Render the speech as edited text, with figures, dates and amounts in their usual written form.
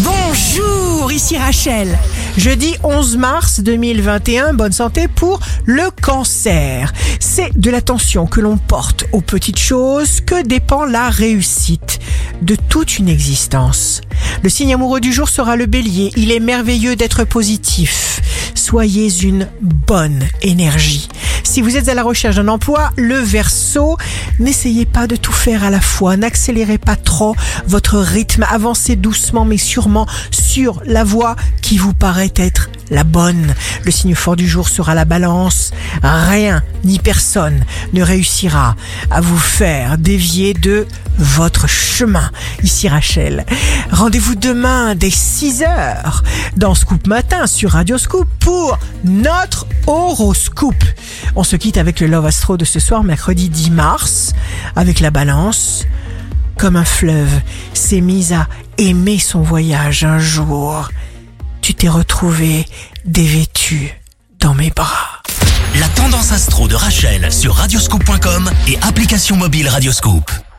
Bonjour, ici Rachel. Jeudi 11 mars 2021, bonne santé pour le cancer. C'est de l'attention que l'on porte aux petites choses que dépend la réussite de toute une existence. Le signe amoureux du jour sera le bélier. Il est merveilleux d'être positif. Soyez une bonne énergie. Si vous êtes à la recherche d'un emploi, le Verseau, n'essayez pas de tout faire à la fois. N'accélérez pas trop votre rythme. Avancez doucement mais sûrement sur la voie qui vous paraît être la bonne. Le signe fort du jour sera la Balance. Rien ni personne ne réussira à vous faire dévier de votre chemin. Ici Rachel. Rendez-vous demain dès 6h dans Scoop Matin sur Radio Scoop pour notre horoscope. On se quitte avec le Love Astro de ce soir, mercredi 10 mars, avec la Balance. Comme un fleuve s'est mise à aimer son voyage un jour, tu t'es retrouvé dévêtu dans mes bras. La tendance astro de Rachel sur radioscoop.com et application mobile Radioscoop.